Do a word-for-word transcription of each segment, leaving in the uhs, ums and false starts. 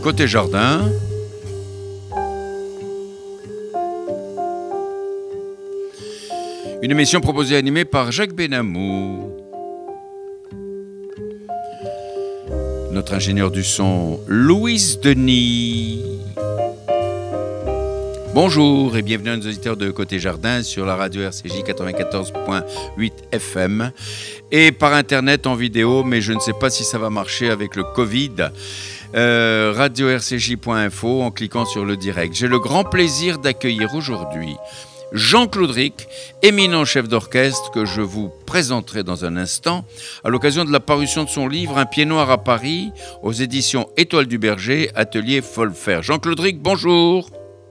Côté Jardin. Une émission proposée et animée par Jacques Benamou. Notre ingénieur du son, Louise Denis. Bonjour et bienvenue à nos auditeurs de Côté Jardin sur la radio R C J quatre-vingt-quatorze point huit F M et par internet en vidéo, mais je ne sais pas si ça va marcher avec le Covid. Euh, radio R C J point info en cliquant sur le direct. J'ai le grand plaisir d'accueillir aujourd'hui Jean-Claude Ric, éminent chef d'orchestre que je vous présenterai dans un instant, à l'occasion de la parution de son livre Un pied noir à Paris, aux éditions Étoile du Berger, atelier Folfer. Jean-Claude Ric, bonjour.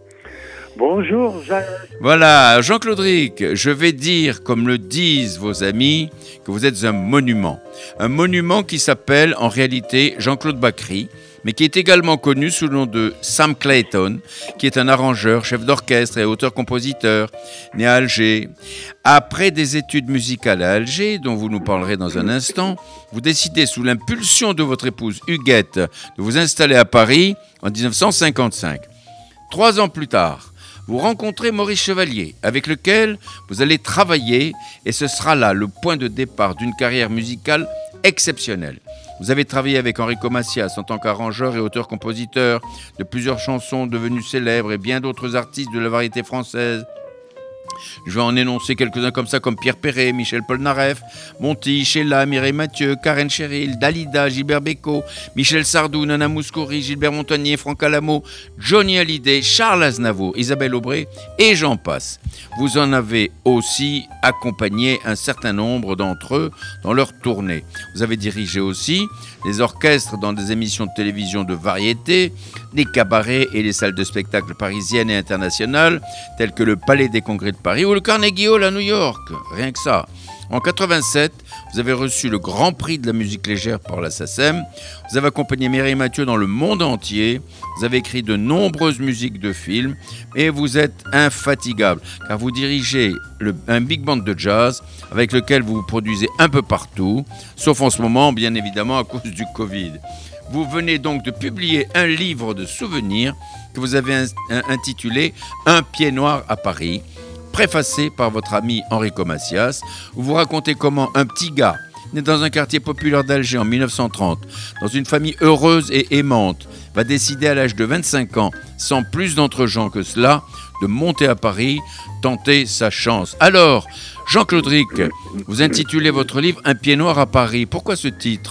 Bonjour Jacques. Voilà, Jean-Claude Ric, je vais dire, comme le disent vos amis, que vous êtes un monument. Un monument qui s'appelle en réalité Jean-Claude Bacri, mais qui est également connu sous le nom de Sam Clayton, qui est un arrangeur, chef d'orchestre et auteur-compositeur, né à Alger. Après des études musicales à Alger, dont vous nous parlerez dans un instant, vous décidez, sous l'impulsion de votre épouse Huguette, de vous installer à Paris en dix-neuf cent cinquante-cinq. Trois ans plus tard, vous rencontrez Maurice Chevalier, avec lequel vous allez travailler, et ce sera là le point de départ d'une carrière musicale exceptionnelle. Vous avez travaillé avec Enrico Macias en tant qu'arrangeur et auteur-compositeur de plusieurs chansons devenues célèbres et bien d'autres artistes de la variété française. Je vais en énoncer quelques-uns comme ça, comme Pierre Perret, Michel Polnareff, Monty, Sheila, Mireille Mathieu, Karen Cheryl, Dalida, Gilbert Bécaud, Michel Sardou, Nana Mouskouri, Gilbert Montagnier, Franck Alamo, Johnny Hallyday, Charles Aznavour, Isabelle Aubray et j'en passe. Vous en avez aussi accompagné un certain nombre d'entre eux dans leur tournée. Vous avez dirigé aussi les orchestres dans des émissions de télévision de variété, des cabarets et les salles de spectacle parisiennes et internationales, telles que le Palais des Congrès de Paris ou le Carnegie Hall à New York. Rien que ça. En quatre-vingt-sept, vous avez reçu le Grand Prix de la musique légère par la SACEM. Vous avez accompagné Mireille Mathieu dans le monde entier. Vous avez écrit de nombreuses musiques de films. Et vous êtes infatigable, car vous dirigez le, un big band de jazz avec lequel vous vous produisez un peu partout, sauf en ce moment, bien évidemment, à cause du Covid. Vous venez donc de publier un livre de souvenirs que vous avez intitulé « Un pied noir à Paris », préfacé par votre ami Enrico Macias, où vous racontez comment un petit gars, né dans un quartier populaire d'Alger en mille neuf cent trente, dans une famille heureuse et aimante, va décider à l'âge de vingt-cinq ans, sans plus d'entre-gens que cela, de monter à Paris, tenter sa chance. Alors, Jean-Claude Ric, vous intitulez votre livre « Un pied noir à Paris ». Pourquoi ce titre ?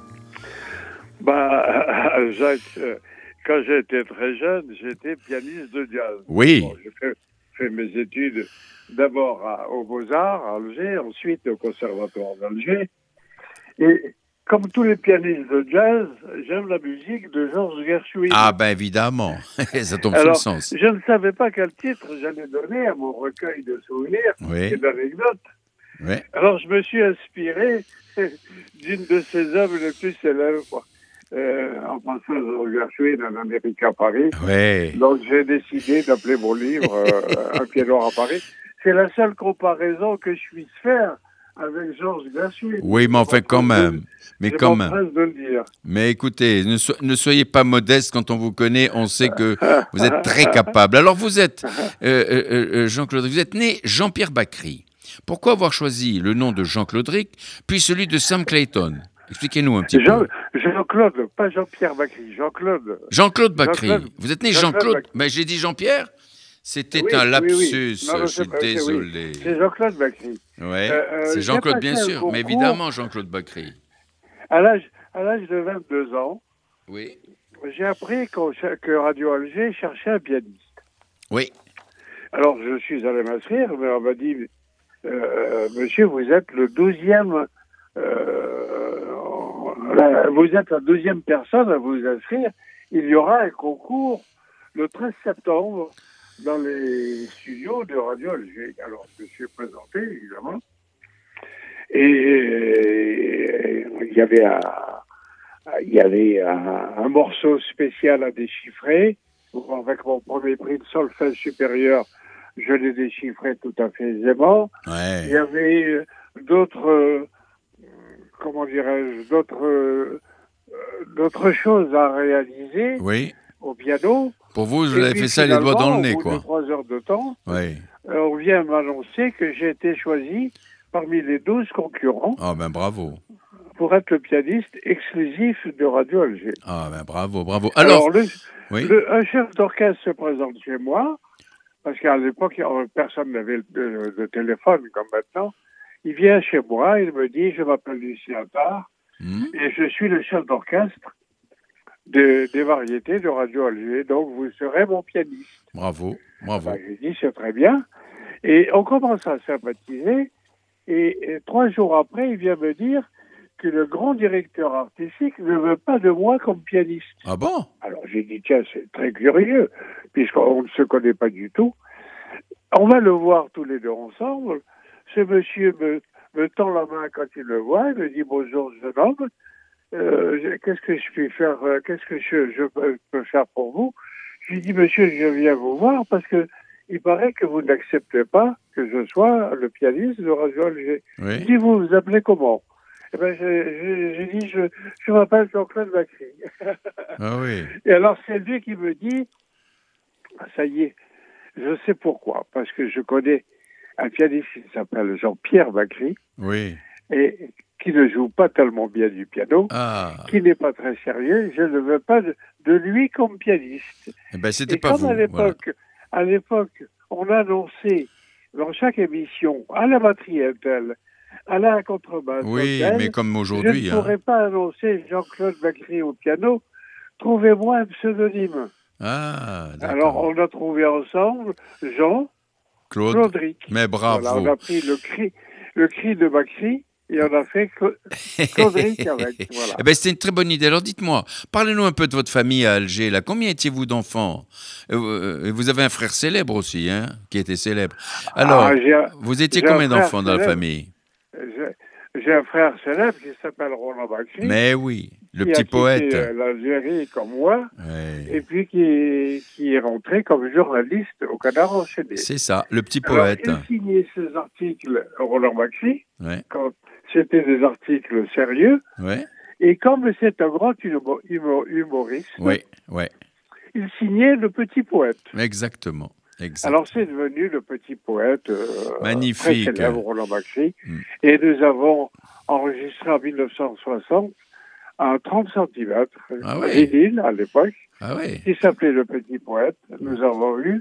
Bah, Jacques, quand j'étais très jeune, j'étais pianiste de jazz. Oui. Bon, j'ai fait, fait mes études d'abord à, aux Beaux-Arts à Alger, ensuite au Conservatoire d'Alger. Et comme tous les pianistes de jazz, j'aime la musique de Georges Gershwin. Ah ben évidemment, ça tombe Alors, sous le sens. Je ne savais pas quel titre j'allais donner à mon recueil de souvenirs Oui. et d'anecdotes. Oui. Alors je me suis inspiré d'une de ses œuvres les plus célèbres. Euh, en passant de Gershwin en Amérique à Paris. Ouais. Donc j'ai décidé d'appeler mon livre euh, Un pied noir à Paris. C'est la seule comparaison que je puisse faire avec Georges Gershwin. Oui, mais enfin quand même. Mais quand même. De le dire. Mais écoutez, ne, so- ne soyez pas modeste quand on vous connaît. On sait que vous êtes très capable. Alors vous êtes, euh, euh, euh, Jean-Claude, vous êtes né Jean-Pierre Bacri. Pourquoi avoir choisi le nom de Jean-Claude Ric, puis celui de Sam Clayton ? Expliquez-nous un petit Jean, peu. Jean-Claude, pas Jean-Pierre Bacri, Jean-Claude. Jean-Claude Bacri. Jean-Claude. Vous êtes né Jean-Claude Jean-Claude. Bacri. Mais j'ai dit Jean-Pierre ? C'était Oui, un oui, lapsus, oui. Non, je suis c'est pas- c'est- désolé. oui. C'est Jean-Claude Bacri. Ouais, Euh, c'est euh, Jean-Claude, j'ai bien passé un sûr, mais concours. évidemment Jean-Claude Bacri. À l'âge, à l'âge de vingt-deux ans, Oui. j'ai appris qu'on, que Radio Alger cherchait un pianiste. Oui. Alors, je suis allé m'inscrire, mais on m'a dit, euh, monsieur, vous êtes le douzième, euh, vous êtes la deuxième personne à vous inscrire. Il y aura un concours le treize septembre dans les studios de Radio Alger. Alors, je me suis présenté, évidemment. Et il y avait un, il y avait un, un morceau spécial à déchiffrer. Avec mon premier prix de solfège supérieur, je l'ai déchiffré tout à fait aisément. Ouais. Il y avait d'autres, euh, comment dirais-je, d'autres euh, d'autres choses à réaliser Oui. au piano. Pour vous, vous Et avez puis, fait ça les doigts dans le nez, au bout quoi. de trois heures de temps, Oui. euh, on vient m'annoncer que j'ai été choisi parmi les douze concurrents Ah ben bravo. pour être le pianiste exclusif de Radio Alger. Ah ben bravo, bravo. Alors, Alors le, oui. le- un chef d'orchestre se présente chez moi, parce qu'à l'époque, personne n'avait de, de téléphone comme maintenant. Il vient chez moi, il me dit, je m'appelle Lucien Attard, Hmm. et je suis le chef d'orchestre de- des variétés de Radio Alger, donc vous serez mon pianiste. Bravo, bravo. Ben, j'ai dit, c'est très bien. Et on commence à sympathiser, et, et trois jours après, il vient me dire que le grand directeur artistique ne veut pas de moi comme pianiste. Ah bon? Alors j'ai dit, tiens, c'est très curieux, puisqu'on ne se connaît pas du tout. On va le voir tous les deux ensemble. Ce monsieur me, me tend la main quand il le voit, il me dit, bonjour jeune homme, euh, qu'est-ce que je puis faire, euh, qu'est-ce que je, je peux, peux faire pour vous? Je lui dis, monsieur, je viens vous voir parce que il paraît que vous n'acceptez pas que je sois le pianiste de Radio Alger. Oui. Je dis, vous vous appelez comment? Eh ben, j'ai j'ai- j'ai dit, je, je m'appelle Jean-Claude Bacry. Ah oui. Et alors, c'est lui qui me dit, ah, ça y est, je sais pourquoi, parce que je connais un pianiste qui s'appelle Jean-Pierre Bacry, Oui. et qui ne joue pas tellement bien du piano, Ah. qui n'est pas très sérieux, je ne veux pas de, de lui comme pianiste. Eh ben c'était Et pas comme vous. à Voilà. l'époque, à l'époque, on annonçait dans chaque émission, à la batterie un tel, à la contrebasse Oui, un tel, mais comme je aujourd'hui. ne Hein. pourrais pas annoncer Jean-Claude Bacry au piano, trouvez-moi un pseudonyme. Ah, Alors d'accord. on a trouvé ensemble Jean Claude. Claudric. Mais bravo. Voilà, on a pris le cri, le cri de Bacry et on a fait Cla- Claudric avec. Voilà. Eh ben, c'était une très bonne idée. Alors dites-moi, parlez-nous un peu de votre famille à Alger. Là. Combien étiez-vous d'enfants? Euh, Vous avez un frère célèbre aussi, hein, qui était célèbre. Alors, Ah, j'ai un- vous étiez j'ai un combien frère d'enfants dans la célèbre. famille? J'ai- J'ai un frère célèbre qui s'appelle Roland Bacry, Mais oui, le qui petit a quitté poète. euh, l'Algérie comme moi, Ouais. et puis qui, qui est rentré comme journaliste au Canard enchaîné. C'est ça, le petit Alors, poète. il signait ses articles, Roland Bacry, Ouais, quand c'était des articles sérieux, ouais, et comme c'est un grand humo- humo- humoriste, ouais, ouais. il signait le petit poète. Exactement. Exact. Alors c'est devenu le petit poète euh, Magnifique. très célèbre, Roland Bacry. Mm. Et nous avons enregistré en mille neuf cent soixante un trente centimètres, Ah ouais. vinyle à l'époque, Ah ouais. qui s'appelait Le Petit Poète. Nous avons eu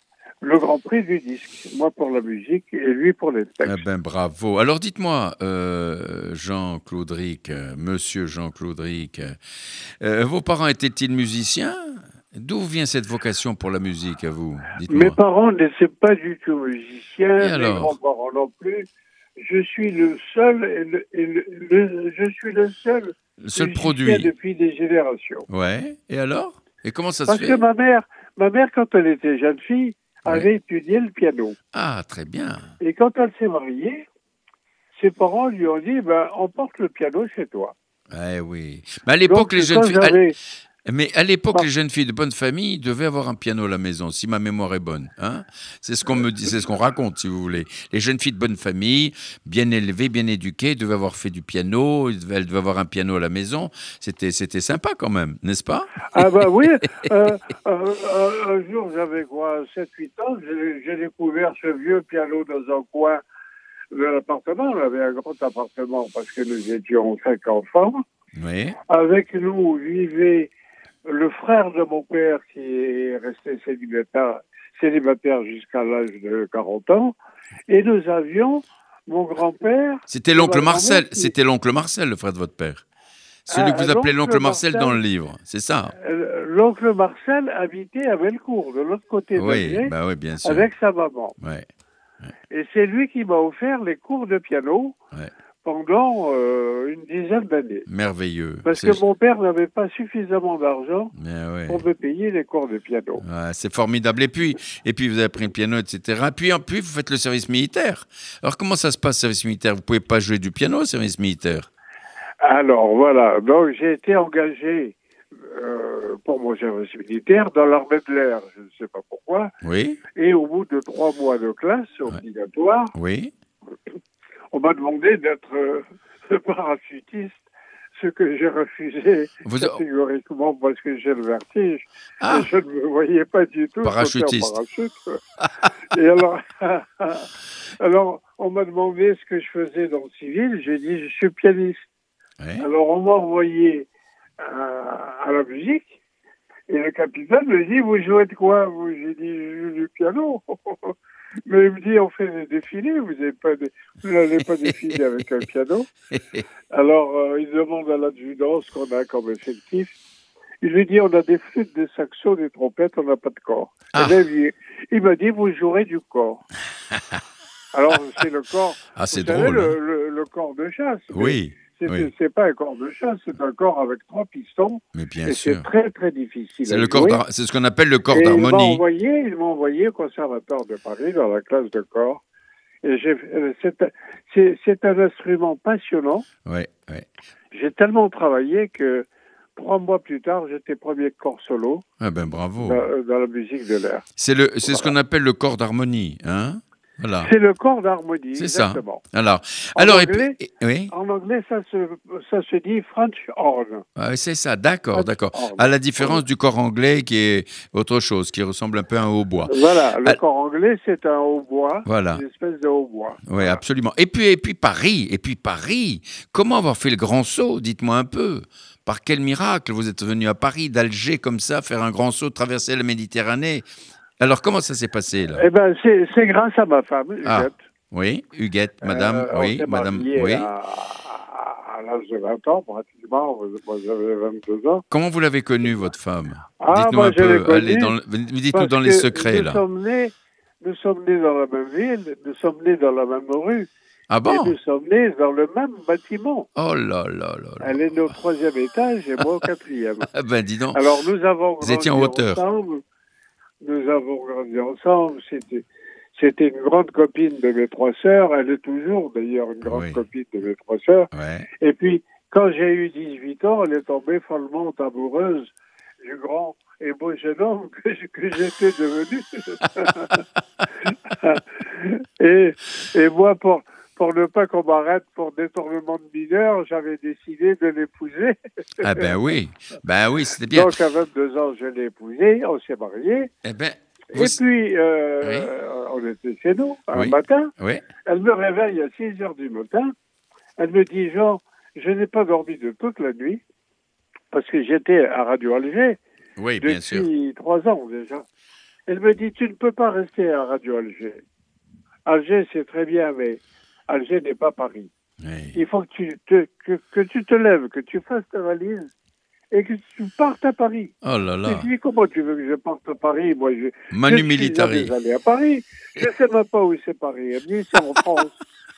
le grand prix du disque, moi pour la musique et lui pour les textes. Eh ben bravo. Alors dites-moi, euh, Jean-Claude Ric, euh, Monsieur Jean-Claude Ric, euh, vos parents étaient-ils musiciens? D'où vient cette vocation pour la musique à vous? Dites-moi. Mes parents n'étaient pas du tout musiciens, Et mes alors grands-parents non plus. Je suis le seul, et le, et le- le- je suis le seul, Le seul musicien produit. depuis des générations. Ouais. Et alors? Et comment ça Parce se que fait? ma mère, ma mère, quand elle était jeune fille, Ouais. avait étudié le piano. Ah, très bien. Et quand elle s'est mariée, ses parents lui ont dit, ben, emporte le piano chez toi. Eh oui. Mais à l'époque, Donc, les jeunes quand filles. j'avais- Mais à l'époque, Bah. les jeunes filles de bonne famille devaient avoir un piano à la maison, si ma mémoire est bonne. Hein, c'est ce qu'on me dit, c'est ce qu'on raconte, si vous voulez. Les jeunes filles de bonne famille, bien élevées, bien éduquées, devaient avoir fait du piano. Elles devaient, elles devaient avoir un piano à la maison. C'était, c'était sympa quand même, n'est-ce pas? Ah ben oui, euh, euh, euh, un jour j'avais quoi, sept huit ans, j'ai j'ai découvert ce vieux piano dans un coin de l'appartement. On avait un grand appartement parce que nous étions cinq enfants. Oui. Avec nous vivait le frère de mon père qui est resté célibataire, célibataire jusqu'à l'âge de quarante ans. Et nous avions mon grand-père. C'était l'oncle ma grand-mère Marcel. qui- C'était l'oncle Marcel, le frère de votre père. Celui Ah, que vous appelez l'oncle l'oncle Marcel Marcel. dans le livre, c'est ça? Euh, L'oncle Marcel habitait à Bellecour, de l'autre côté de Oui, l'Alger, bah oui, bien sûr. avec sa maman. Ouais. Et c'est lui qui m'a offert les cours de piano Ouais. pendant euh, une dizaine d'années. Merveilleux. Parce C'est- que mon père n'avait pas suffisamment d'argent Mais ouais. pour me payer les cours de piano. Ouais, c'est formidable. Et puis, et puis, vous avez appris le piano, et cetera. Puis, en plus, vous faites le service militaire. Alors, comment ça se passe, service militaire? Vous pouvez pas jouer du piano au service militaire? Alors voilà, donc j'ai été engagé euh, pour mon service militaire dans l'armée de l'air, je ne sais pas pourquoi. Oui, Et au bout de trois mois de classe obligatoire, oui. on m'a demandé d'être euh, parachutiste ce que j'ai refusé Vous... catégoriquement parce que j'ai le vertige. Ah. Et je ne me voyais pas du tout Parachutiste. sauter en parachute. Et alors, alors, on m'a demandé ce que je faisais dans le civil. J'ai dit, je suis pianiste. Ouais. Alors, on m'a envoyé à, à la musique. Et le capitaine me dit, vous jouez de quoi? J'ai dit, je joue du piano. Mais il me dit, on fait des défilés, vous n'allez pas, dé... pas défiler avec un piano. Alors, euh, il demande à l'adjudant ce qu'on a comme effectif. Il lui dit, on a des flûtes, des saxos, des trompettes, on n'a pas de corps. Ah. Et là, il, il m'a dit, vous jouerez du corps. Alors, c'est le corps. Ah, c'est vous drôle. Savez, hein. le, le, le corps de chasse. Oui. C'est oui. pas un corps de chasse, c'est un corps avec trois pistons. Mais bien et sûr. C'est très, très difficile. C'est, le corps c'est ce qu'on appelle le corps et d'harmonie. Il m'a envoyé, il m'a envoyé au Conservatoire de Paris dans la classe de corps. Et j'ai, c'est, c'est, c'est un instrument passionnant. Oui, oui. J'ai tellement travaillé que trois mois plus tard, j'étais premier corps solo. Ah ben bravo. Dans, dans la musique de l'air. C'est, le, c'est voilà. ce qu'on appelle le corps d'harmonie, hein? Voilà. C'est le corps d'harmonie, c'est exactement. Ça. Alors, en alors anglais, et puis, et, oui. En anglais, ça se, ça se dit French horn. Ah, c'est ça, d'accord, French d'accord. horn. À la différence oui. du corps anglais qui est autre chose, qui ressemble un peu à un hautbois. Voilà, le à... corps anglais, c'est un hautbois, voilà. une espèce de hautbois. Oui, voilà. absolument. Et puis, et puis Paris, et puis Paris. Comment avoir fait le grand saut? Dites-moi un peu. Par quel miracle vous êtes venu à Paris, d'Alger comme ça, faire un grand saut, traverser la Méditerranée? Alors, comment ça s'est passé, là? Eh bien, c'est, c'est grâce à ma femme, Huguette. Ah, oui, Huguette, madame, euh, oui, on madame, oui. À, à, à l'âge de vingt ans, pratiquement, moi j'avais vingt-deux ans. Comment vous l'avez connue, votre femme? Ah, dites-nous moi, un je peu, l'ai allez, dans le, dites-nous dans les secrets, nous là. Sommes nés, nous sommes nés dans la même ville, nous sommes nés dans la même rue. Ah bon? Et nous sommes nés dans le même bâtiment. Oh là là là là. Elle est née au troisième étage et moi au quatrième. Ah ben dis donc. Alors nous avons Vous étiez en hauteur. Ensemble. Nous avons grandi ensemble. C'était, c'était une grande copine de mes trois sœurs. Elle est toujours d'ailleurs une grande oui. copine de mes trois sœurs. Ouais. Et puis quand j'ai eu dix-huit ans, elle est tombée follement amoureuse du grand et beau jeune homme que, que j'étais devenu. et, et moi, pour... Pour ne pas qu'on m'arrête pour détournement de mineurs, j'avais décidé de l'épouser. Ah ben oui, ben oui, c'était bien. Donc à vingt-deux ans, je l'ai épousée, on s'est mariés. Eh ben, vous... Et puis, euh, oui. on était chez nous, un oui. matin. Oui. Elle me réveille à six heures du matin. Elle me dit, Jean, je n'ai pas dormi de toute la nuit, parce que j'étais à Radio Alger oui, bien sûr. depuis trois ans déjà. Elle me dit, tu ne peux pas rester à Radio Alger. Alger, c'est très bien, mais... Alger n'est pas Paris. Oui. Il faut que tu, te, que, que tu te lèves, que tu fasses ta valise et que tu partes à Paris. Oh là là. Je dis, comment tu veux que je parte à Paris? Moi, je, Manu je Militari. suis jamais allé à Paris. Je ne sais même pas où c'est Paris. Elle me dit, c'est en France.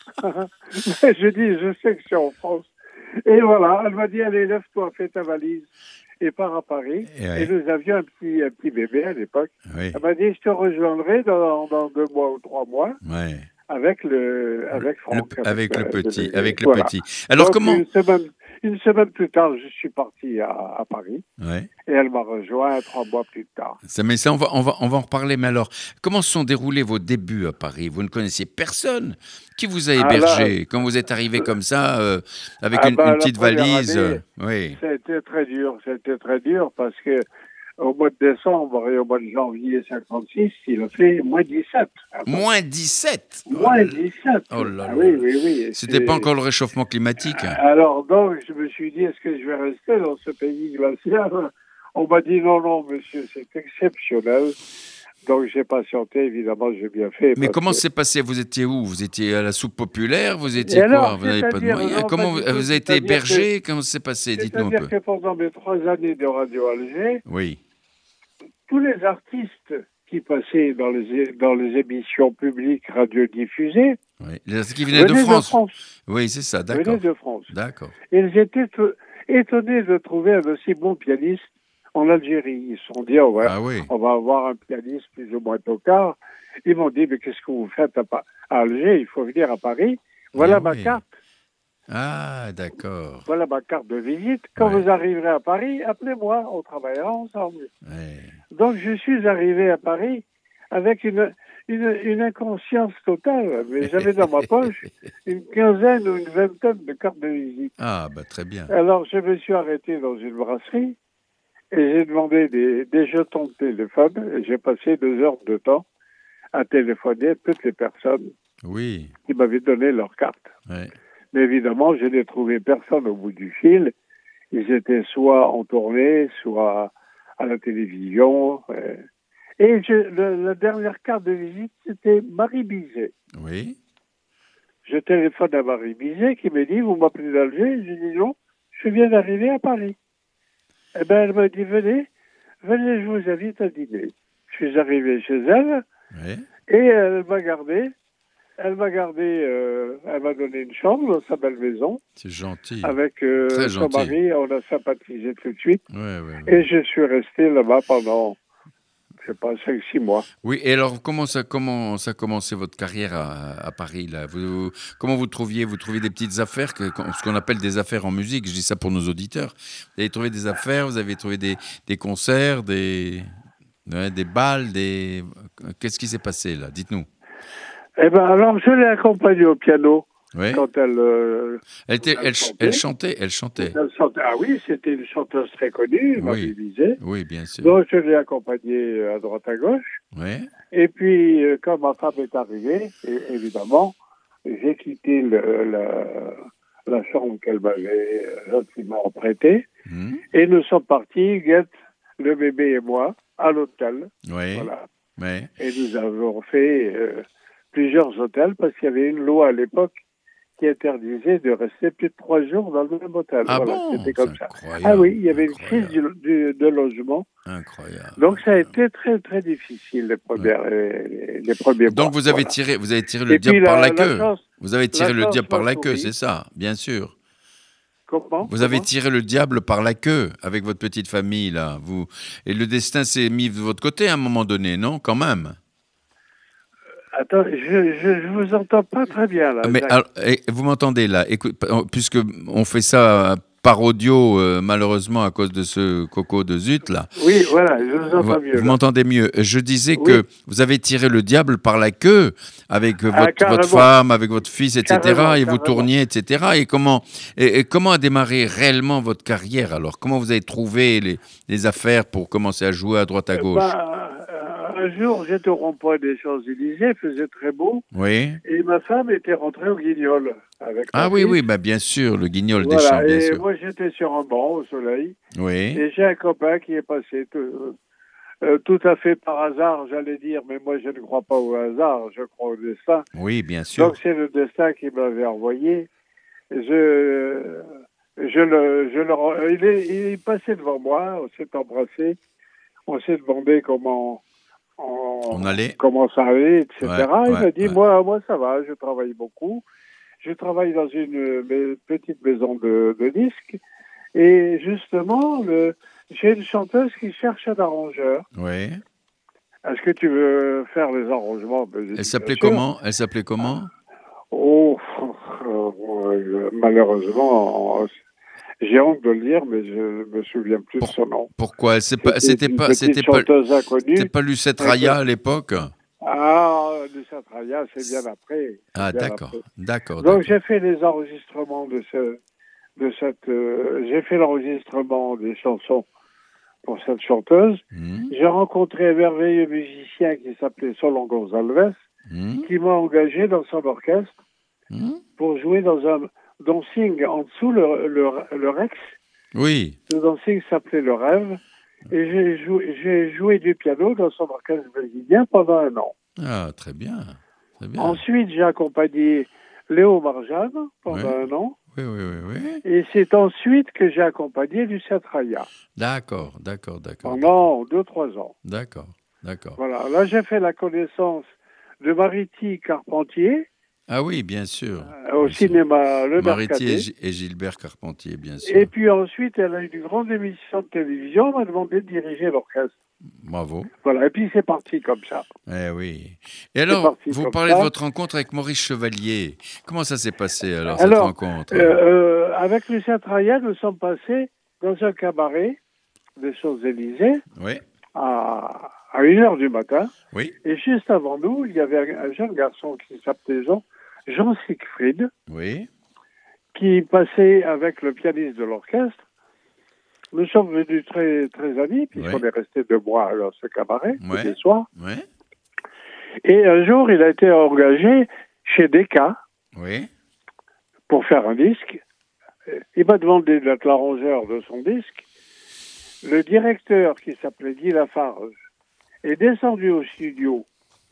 Je dis, je sais que c'est en France. Et voilà, elle m'a dit, allez, lève-toi, fais ta valise et pars à Paris. Et, ouais. et nous avions un petit, un petit bébé à l'époque. Oui. Elle m'a dit, je te rejoindrai dans, dans deux mois ou trois mois. Ouais. Avec le, avec Franck. Le, avec, avec le petit, le, avec voilà. le petit. Alors donc, comment une semaine, une semaine plus tard, je suis parti à, à Paris. Ouais. Et elle m'a rejoint trois mois plus tard. Ça, mais ça, on va, on va, on va en reparler. Mais alors, comment se sont déroulés vos débuts à Paris? Vous ne connaissiez personne. Qui vous a hébergé ah là, quand vous êtes arrivé comme ça, euh, avec ah une, bah, une petite valise? Année, oui. Ça a été très dur. Ça a été très dur parce que au mois de décembre et au mois de janvier cinquante-six, il a fait moins dix-sept. Moins dix-sept Moins dix-sept. Oh là là. Ah, oui, oui, oui. C'était pas encore le réchauffement climatique. Alors donc, je me suis dit, est-ce que je vais rester dans ce pays glacial? On m'a dit, non, non, monsieur, c'est exceptionnel. Donc j'ai patienté, évidemment, j'ai bien fait. Mais comment que... s'est passé? Vous étiez où? Vous étiez à la soupe populaire? Vous étiez et quoi alors, Vous n'avez pas de moyens? non, Comment vous, vous, vous avez été hébergé? Que... Comment ça s'est passé? Dites-nous un peu. C'est-à-dire que pendant mes trois années de Radio Alger, oui. tous les artistes qui passaient dans les, dans les émissions publiques radiodiffusées, oui. Les artistes qui venaient, venaient de, France. de France. Oui, c'est ça, d'accord. Venaient de France. D'accord. Ils étaient étonnés de trouver un aussi bon pianiste en Algérie. Ils se sont dit, oh, ouais, ah, oui. on va avoir un pianiste plus ou moins tocard. Ils m'ont dit, mais qu'est-ce que vous faites à, à Alger? Il faut venir à Paris. Voilà ah, ma oui. carte. Ah, d'accord. Voilà ma carte de visite. Quand ouais. vous arriverez à Paris, appelez-moi, on travaillera ensemble. Ouais. Donc, je suis arrivé à Paris avec une, une, une inconscience totale. Mais j'avais dans ma poche une quinzaine ou une vingtaine de cartes de visite. Ah, bah très bien. Alors, je me suis arrêté dans une brasserie et j'ai demandé des, des jetons de téléphone. Et j'ai passé deux heures de temps à téléphoner à toutes les personnes Oui. qui m'avaient donné leur carte. Ouais. Mais évidemment, je n'ai trouvé personne au bout du fil. Ils étaient soit en tournée, soit à la télévision. euh. Et je, le- la dernière carte de visite, c'était Marie Bizet. Oui. Je téléphone à Marie Bizet qui me dit, vous m'appelez d'Alger? Je dis non, je viens d'arriver à Paris. Eh bien, elle m'a dit, venez, venez, je vous invite à dîner. Je suis arrivé chez elle Oui. et elle m'a gardé. Elle m'a gardé, euh, elle m'a donné une chambre dans sa belle maison. C'est gentil. Avec euh, Très son gentil. mari, on a sympathisé tout de suite. Ouais, ouais, ouais. Et je suis resté là-bas pendant, je sais pas, cinq six mois. Oui, et alors comment ça, comment ça a commencé votre carrière à, à Paris là vous, Comment vous trouviez Vous trouviez des petites affaires, que, ce qu'on appelle des affaires en musique, je dis ça pour nos auditeurs. Vous avez trouvé des affaires, vous avez trouvé des, des concerts, des, ouais, des balles, des... Qu'est-ce qui s'est passé là? Dites-nous. Eh ben alors, je l'ai accompagnée au piano Oui. quand elle, euh, Elle, était, elle elle, chantait. elle chantait, elle chantait. elle chantait. Ah oui, c'était une chanteuse très connue, Marie Oui. Bizet. Oui, bien sûr. Donc, je l'ai accompagnée à droite à gauche. Oui. Et puis, euh, quand ma femme est arrivée, et, évidemment, j'ai quitté le, la, la chambre qu'elle m'avait euh, gentiment prêtée. Mmh. Et nous sommes partis, Guette, le bébé et moi, à l'hôtel. Oui. Voilà. Oui. Et nous avons fait euh, plusieurs hôtels parce qu'il y avait une loi à l'époque qui interdisait de rester plus de trois jours dans le même hôtel. Ah voilà, bon? c'était comme C'est ça. incroyable. Ah oui, il y avait Incroyable. une crise du, du- de logement. Incroyable. Donc ça a été très très difficile les premières, les, les premiers mois. Donc vous avez voilà. tiré, vous avez tiré le Et diable puis par la, la, la queue. chance, Vous avez tiré la le chance diable par m'a la queue, souri. c'est ça, bien sûr. Comment Vous avez Comment tiré le diable par la queue avec votre petite famille là. Vous et le destin s'est mis de votre côté à un moment donné, non? Quand même. Attends, je, je, je vous entends pas très bien là. Mais Jacques. alors, et vous m'entendez là? Écoute, puisque on fait ça par audio, euh, malheureusement à cause de ce coco de zut là. Oui, voilà, je vous entends Vous, mieux. vous là. m'entendez mieux. Je disais Oui. que vous avez tiré le diable par la queue avec euh, Ah, votre, carrément. votre femme, avec votre fils, et cetera. Carrément, et vous carrément. tourniez, et cetera. Et comment, et, et comment a démarré réellement votre carrière alors? Comment vous avez trouvé les, les affaires pour commencer à jouer à droite à gauche? Bah, euh, un jour, j'étais au rond-point des Champs-Élysées, il faisait très beau, Oui. et ma femme était rentrée au Guignol avec Ah mon oui, fils. oui, bah bien sûr, le guignol des Voilà, champs, bien et sûr. moi j'étais sur un banc au soleil, Oui. et j'ai un copain qui est passé tout, euh, tout à fait par hasard, j'allais dire, mais moi je ne crois pas au hasard, je crois au destin. Oui, bien sûr. Donc c'est le destin qui m'avait envoyé. Je, je le, je le, il est, il est passé devant moi, on s'est embrassé, on s'est demandé comment on, On allait. comment ça allait, et cetera. Ouais, il ouais, m'a dit, ouais. moi, moi ça va, je travaille beaucoup. Je travaille dans une euh, petite maison de, de disques. Et justement, le, j'ai une chanteuse qui cherche un arrangeur. Oui. Est-ce que tu veux faire les arrangements? Ben, j'ai dit, Elle s'appelait bien sûr. comment? Elle s'appelait comment? Oh, euh, malheureusement, j'ai honte de le dire, mais je me souviens plus de son nom. Pourquoi? C'est pas, c'était une pas, petite c'était pas, chanteuse inconnue. c'était pas Lucette Raya à l'époque? Ah, Lucette Raya, c'est bien après. c'est Ah, bien d'accord, après. d'accord. Donc d'accord. j'ai fait les enregistrements de ce, de cette, euh, j'ai fait l'enregistrement des chansons pour cette chanteuse. Mmh, J'ai rencontré un merveilleux musicien qui s'appelait Solon Gonzalez, mmh, qui m'a engagé dans son orchestre mmh. pour jouer dans un dancing en dessous le, le, le Rex. Oui, Le dancing s'appelait Le Rêve. Et j'ai joué, j'ai joué du piano dans son orchestre brésilien pendant un an. ah, très bien, très bien. Ensuite, j'ai accompagné Léo Marjane pendant Ouais. un an. Oui, oui, oui, oui. Et c'est ensuite que j'ai accompagné Lucette Raya D'accord, d'accord, d'accord. pendant deux, trois ans. D'accord, d'accord. Voilà. Là, j'ai fait la connaissance de Mariti Carpentier Ah oui, bien sûr. euh, au bien sûr. cinéma Le Mariti et, Mercadet. Gi- et Gilbert Carpentier, bien sûr. Et puis ensuite, elle a eu une grande émission de télévision. Elle m'a demandé de diriger l'orchestre. Bravo. Voilà. Et puis c'est parti comme ça. Eh oui. Et alors, parti vous comme parlez ça. de votre rencontre avec Maurice Chevalier. Comment ça s'est passé alors, Alors, cette rencontre? Euh, euh, avec Lucette Raya, nous sommes passés dans un cabaret des Champs-Élysées. Oui. à, à une heure du matin. Oui. Et juste avant nous, il y avait un, un jeune garçon qui s'appelait Jean, Jean Siegfried, Oui. qui passait avec le pianiste de l'orchestre. Nous sommes venus très, très amis, puisqu'on Oui. est resté deux mois dans ce cabaret, tous Ouais. les soirs. Oui. Et un jour, il a été engagé chez Decca Oui. pour faire un disque. Il m'a demandé d'être l'arrangeur de son disque. Le directeur, qui s'appelait Guy Lafarge, est descendu au studio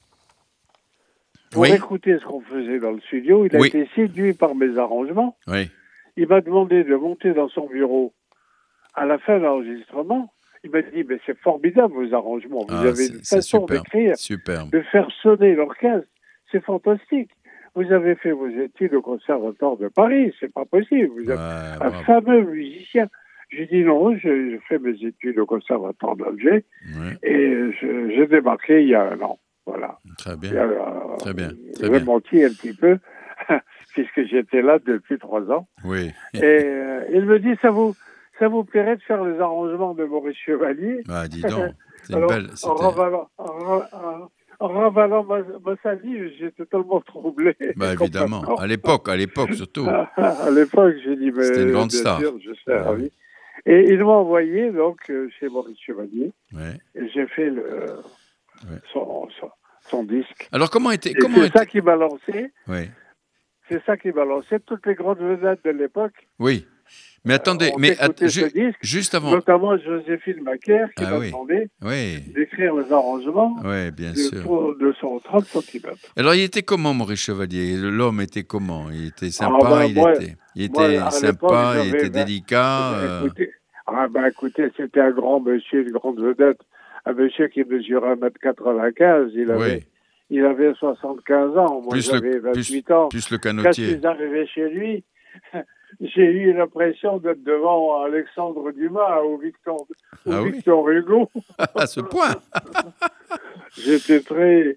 pour Oui. écouter ce qu'on faisait dans le studio. Il a Oui. été séduit par mes arrangements. Oui. Il m'a demandé de monter dans son bureau à la fin de l'enregistrement. Il m'a dit, mais c'est formidable vos arrangements. Vous Ah, avez c'est une c'est façon superbe. d'écrire, Superbe. de faire sonner l'orchestre. C'est fantastique. Vous avez fait vos études au Conservatoire de Paris. C'est pas possible. Vous êtes Ouais, un bravo. fameux musicien. J'ai dit non, je, je fais mes études au Conservatoire d'Alger Ouais. et je- j'ai débarqué il y a un an. Voilà. Très Il y a, bien. euh, Très bien. Très J'ai bien. menti un petit peu puisque j'étais là depuis trois ans. Oui. Et euh, il me dit, ça vous, ça vous plairait de faire les arrangements de Maurice Chevalier? Ah, dis donc. C'est une Alors, belle. en C'était. ravalant, en, ra- en- en ravalant ma, ma salive, j'étais tellement troublé. Bah, comme évidemment. maintenant. À l'époque, à l'époque surtout. À l'époque, j'ai dit, mais C'était une grande bien star. sûr, je suis Ouais, ravi. ouais. Et il m'a envoyé donc euh, chez Maurice Chevalier Ouais. et j'ai fait le, Ouais. son, son, son disque. Alors, comment était. Et Comment c'est ça était. qui m'a lancé, Oui. c'est ça qui m'a lancé. Toutes les grandes vedettes de l'époque Oui. Mais attendez. ont Mais att- écouté ce ju- disque, juste avant. notamment Joséphine Macaire qui Ah m'a oui. demandé Oui. d'écrire les arrangements Oui, bien de, sûr. pour- de son trente centimètres. Alors, il était comment, Maurice Chevalier? L'homme était comment? Il était Ah sympa, ben il moi, était, il moi était à l'époque, sympa, il j'avais était vingt délicat. ben, euh, écoutez, ah ben écoutez, c'était un grand monsieur, une grande vedette, un monsieur qui mesurait un mètre quatre-vingt-quinze, il avait, Oui. il avait soixante-quinze ans, moi Plus le, j'avais plus, vingt-huit ans. plus le Quand je canotier. suis arrivé chez lui, j'ai eu l'impression d'être devant Alexandre Dumas ou Victor, ou Ah oui? Victor Hugo. À ce point? J'étais très,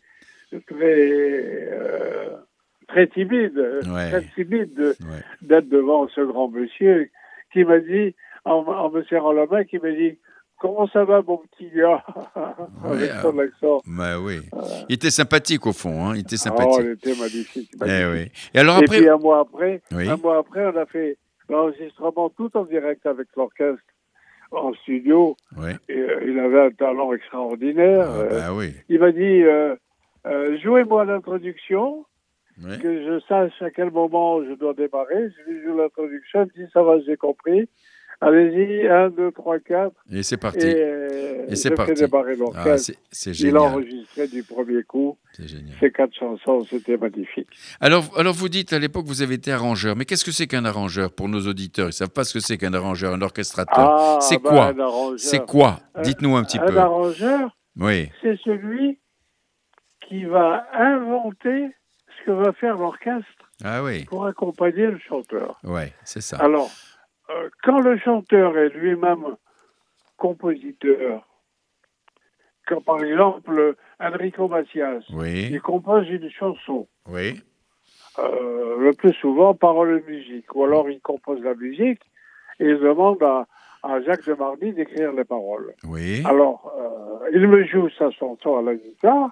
très, euh, très timide, Ouais. très timide de- Ouais. d'être devant ce grand monsieur qui m'a dit, en, en me serrant la main, qui m'a dit, comment ça va mon petit gars? Avec Ouais, son accent. Bah oui. Il était sympathique au fond, hein. Il était Oh, sympathique. elle était magnifique, Eh magnifique. oui. Et alors Et après, puis un mois après, Oui. un mois après, on a fait l'enregistrement tout en direct avec l'orchestre en studio. oui. Et, euh, il avait un talent extraordinaire. Ah, Euh, bah oui. Il m'a dit, euh, euh, jouez-moi l'introduction, Oui. que je sache à quel moment je dois démarrer. Je lui joue l'introduction, il me dit, ça va, j'ai compris. Allez-y, un, deux, trois, quatre. Et c'est Et, parti. euh, Et c'est je parti. fais démarrer Ah, l'orchestre. c'est c'est Il a génial. enregistré du premier coup. C'est génial. Ces quatre chansons, c'était magnifique. Alors, alors vous dites à l'époque vous avez été arrangeur. Mais qu'est-ce que c'est qu'un arrangeur pour nos auditeurs? Ils savent pas ce que c'est qu'un arrangeur, un orchestrateur. Ah, c'est ben, quoi? un arrangeur. C'est quoi? Un- Dites-nous un petit Un peu. arrangeur, Oui. c'est celui qui va inventer ce que va faire l'orchestre Ah oui. pour accompagner le chanteur. Ouais, c'est ça. Alors, euh, quand le chanteur est lui-même compositeur, comme par exemple Enrico Macias, Oui. il compose une chanson, Oui. euh, le plus souvent paroles et musique, ou alors il compose la musique et il demande à, à Jacques Demardy d'écrire les paroles. Oui. Alors, euh, il me joue sa chanson à la guitare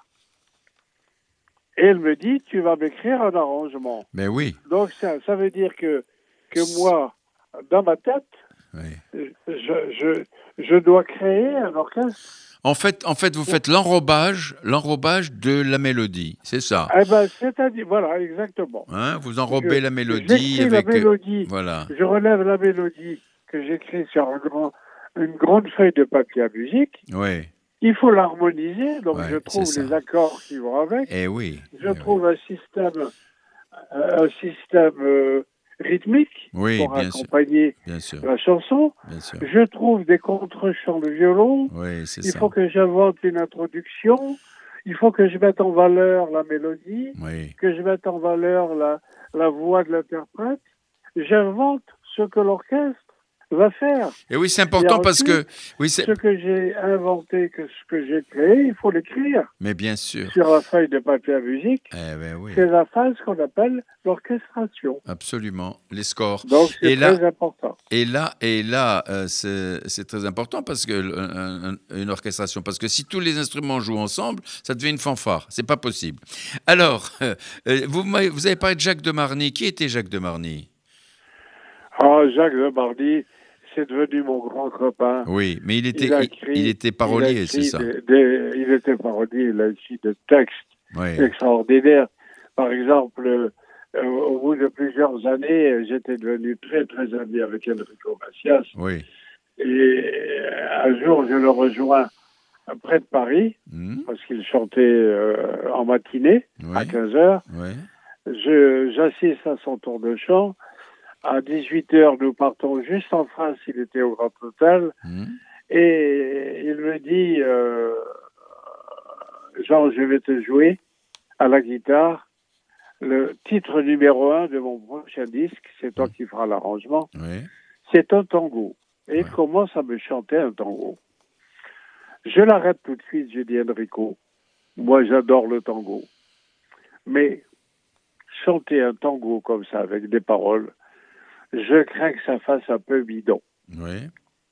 et il me dit, tu vas m'écrire un arrangement. Mais oui. Donc ça, ça veut dire que, que moi, dans ma tête, Oui. je, je, je dois créer un orchestre. En fait, en fait, vous faites l'enrobage, l'enrobage de la mélodie. C'est ça. Eh ben, c'est-à-dire, voilà, exactement. Hein, vous enrobez Je- la mélodie j'écris avec. la mélodie. Voilà. Je relève la mélodie que j'écris sur un grand, une grande feuille de papier à musique. Oui. Il faut l'harmoniser, donc Ouais, je trouve c'est ça. les accords qui vont avec. Eh oui. Je Eh trouve un système, un système euh, rythmique Oui, pour bien sûr. accompagner Bien sûr. la chanson. Bien sûr. Je trouve des contre-chants de violon. Oui, c'est Il ça. faut que j'invente une introduction. Il faut que je mette en valeur la mélodie, Oui. que je mette en valeur la, la voix de l'interprète. J'invente ce que l'orchestre va faire. Et oui, c'est important parce ensuite, que... Oui, c'est... ce que j'ai inventé, que ce que j'ai créé, il faut l'écrire. Mais bien sûr. Sur la feuille de papier à musique, Eh ben oui. c'est la phase qu'on appelle l'orchestration. Absolument, les scores. Donc, c'est Et là, très important. et là, et là euh, c'est, c'est très important parce que un, un, une orchestration, parce que si tous les instruments jouent ensemble, ça devient une fanfare. C'est pas possible. Alors, euh, vous, vous avez parlé de Jacques de Marny. Qui était Jacques de Marny? Ah, Jacques de Marny, c'est devenu mon grand copain. Oui, mais il était, il, écrit, il, il était parolier, il c'est ça. Des, des, il était parolier, il a écrit des textes oui. extraordinaires. Par exemple, euh, au bout de plusieurs années, j'étais devenu très, très ami avec Enrico Macias. Oui. Et un jour, je le rejoins près de Paris, mmh. parce qu'il chantait euh, en matinée, oui. à quinze heures. Oui. Je, j'assiste à son tour de chant. À dix-huit heures, nous partons juste en face, il était au Grand Hôtel. Mmh. Et il me dit, euh, Jean, je vais te jouer à la guitare le titre numéro un de mon prochain disque, c'est toi mmh. qui feras l'arrangement. Oui. C'est un tango. Et il ouais. commence à me chanter un tango. Je l'arrête tout de suite, j'ai dit Enrico, moi j'adore le tango. Mais chanter un tango comme ça, avec des paroles, je crains que ça fasse un peu bidon. Oui.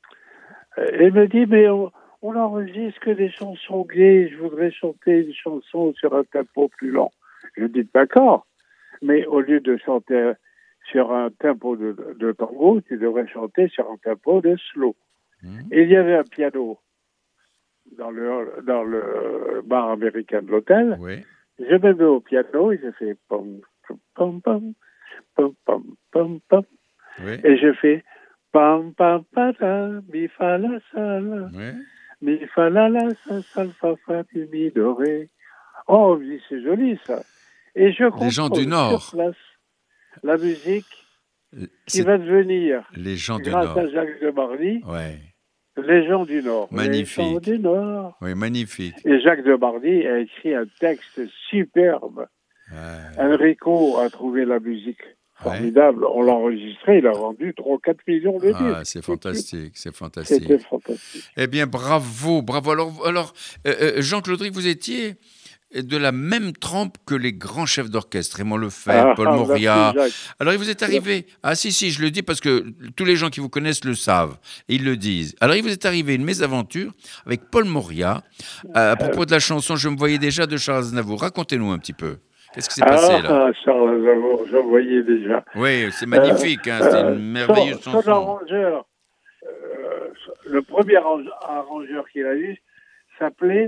Et il me dit, mais on, on enregistre que des chansons gays, je voudrais chanter une chanson sur un tempo plus lent. Je dis, d'accord, mais au lieu de chanter sur un tempo de, de tango, tu devrais chanter sur un tempo de slow. Mmh. Et il y avait un piano dans le, dans le bar américain de l'hôtel. Oui. Je me mets au piano et je fais pom, pom, pom, pom, pom, pom, pom. Oui. Et je fais pam, pam, pata, mi, fa, la, sol. Oui. Mi, fa, la, la, sol, sol, fa, fa, mi, mi, do, ré. Oh, je dis, c'est joli ça. Et je Les gens du Nord. sur place la musique qui c'est... va devenir, les gens du grâce Nord. à Jacques de Marny, ouais. Les gens du Nord. Magnifique. Les gens du Nord. Oui, magnifique. Et Jacques de Marny a écrit un texte superbe. Ouais. Enrico a trouvé la musique formidable. Ouais. On l'a enregistré, il a vendu trois ou quatre millions de disques. Ah, c'est fantastique, c'est fantastique. C'était fantastique. Eh bien, bravo, bravo. Alors, alors euh, Jean-Claude Ric, vous étiez de la même trempe que les grands chefs d'orchestre, Raymond Lefebvre, ah, Paul Moria. Alors, vous êtes arrivé... Ah si, si, je le dis parce que tous les gens qui vous connaissent le savent, et ils le disent. Alors, il vous est arrivé une mésaventure avec Paul Moria, à propos de la chanson « Je me voyais déjà » de Charles Aznavour. Racontez-nous un petit peu. Qu'est-ce qui s'est passé, ah, là? Charles Aznavour, je me voyais déjà. Oui, c'est magnifique, euh, hein, c'est une merveilleuse son, chanson. Son arrangeur, euh, le premier arrangeur qu'il a eu, s'appelait...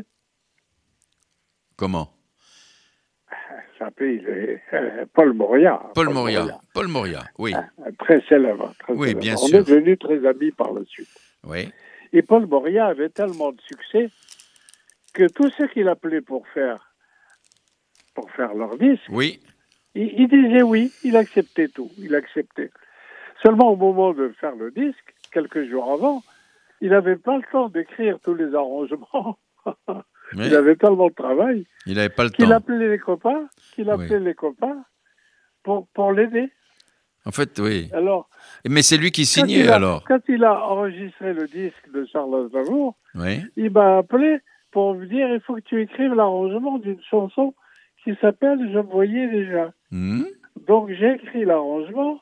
Comment? Ça s'appelait euh, Paul Moria. Paul, Paul Moria. Moria. Paul Moria, oui. Ah, très célèbre. Très oui, célèbre. bien On sûr. est devenus très amis par la suite. Oui. Et Paul Moria avait tellement de succès que tout ce qu'il appelait pour faire, pour faire leur disque, oui. il, il disait oui, il acceptait tout. Il acceptait. Seulement au moment de faire le disque, quelques jours avant, il n'avait pas le temps d'écrire tous les arrangements. Mais il avait tellement de travail il avait pas le qu'il temps. appelait les copains, qu'il appelait oui. les copains pour, pour l'aider. En fait, oui. Alors, mais c'est lui qui signait, a, alors. Quand il a enregistré le disque de Charles Aznavour, oui. il m'a appelé pour me dire il faut que tu écrives l'arrangement d'une chanson qui s'appelle « Je me voyais déjà mmh. ». Donc j'ai écrit l'arrangement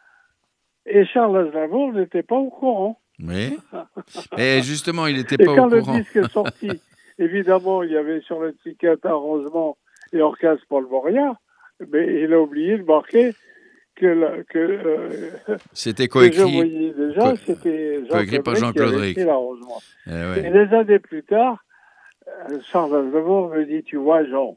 et Charles Aznavour n'était pas au courant. Oui. Et justement, il n'était pas au courant. Et courant. quand le disque est sorti, évidemment, il y avait sur l'étiquette arrangement et orchestre Paul Moria, mais il a oublié de marquer que, la, que euh, c'était coécrit. Je voyais déjà, co- c'était Jean par Jean-Claude Ric. l'arrangement. Eh ouais. Et des années plus tard, Charles Aznavour me dit, tu vois, Jean,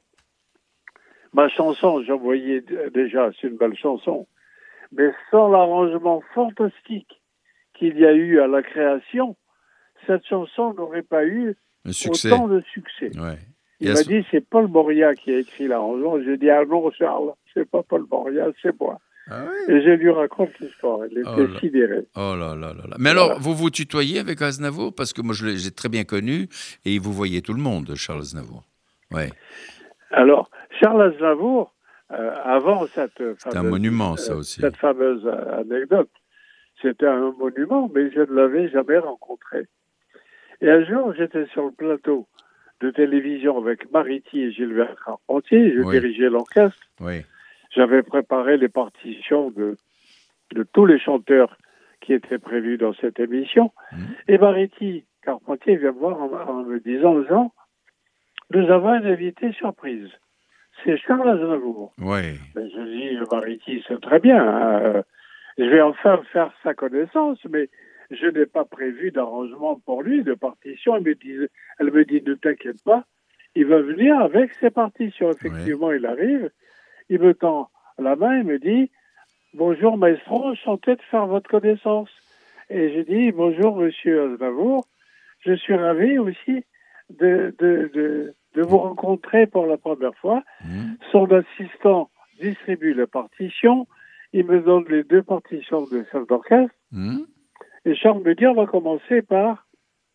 ma chanson, je voyais déjà, c'est une belle chanson, mais sans l'arrangement fantastique qu'il y a eu à la création, cette chanson n'aurait pas eu autant de succès. Ouais. Il m'a ce... dit, c'est Paul Moria qui a écrit l'arrangement. J'ai dit, ah non, Charles, c'est pas Paul Moria, c'est moi. Ah oui. Et je lui raconte l'histoire. Elle était oh là. sidérée. Oh là là là là. Mais voilà. Alors, vous vous tutoyez avec Aznavour? Parce que moi, je l'ai très bien connu et vous voyez tout le monde, Charles Aznavour. Ouais. Alors, Charles Aznavour, euh, avant cette fameuse, c'est un monument, ça aussi. Euh, cette fameuse anecdote, c'était un monument, mais je ne l'avais jamais rencontré. Et un jour, j'étais sur le plateau de télévision avec Mariti et Gilbert Carpentier, je Oui. dirigeais l'orchestre. Oui. J'avais préparé les partitions de, de tous les chanteurs qui étaient prévus dans cette émission. Mmh. Et Mariti Carpentier vient me voir en, en me disant, Jean, nous avons un invité surprise. C'est Charles Aznavour. Oui. Ben, je dis, Mariti, c'est très bien. Hein. Je vais enfin faire sa connaissance, mais je n'ai pas prévu d'arrangement pour lui, de partition. Elle me dit, elle me dit, ne t'inquiète pas, il va venir avec ses partitions. Effectivement, oui. Il arrive, il me tend la main, il me dit, bonjour maestro, enchanté de faire votre connaissance. Et je dis, bonjour monsieur Aznavour, je suis ravi aussi de, de, de, de vous rencontrer pour la première fois. Mmh. Son assistant distribue la partition, il me donne les deux partitions de chef d'orchestre. Mmh. Et Charles me dit, on va commencer par...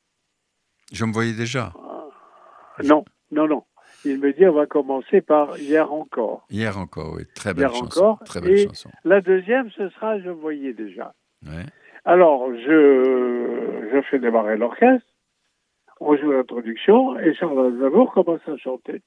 Je me voyais déjà. Euh, non, non, non. Il me dit, on va commencer par Hier encore. Hier encore, oui. Très belle Hier chanson. Encore. Très belle et chanson. La deuxième, ce sera Je me voyais déjà. Ouais. Alors, je, je fais démarrer l'orchestre, on joue l'introduction, et Charles Aznavour commence à chanter.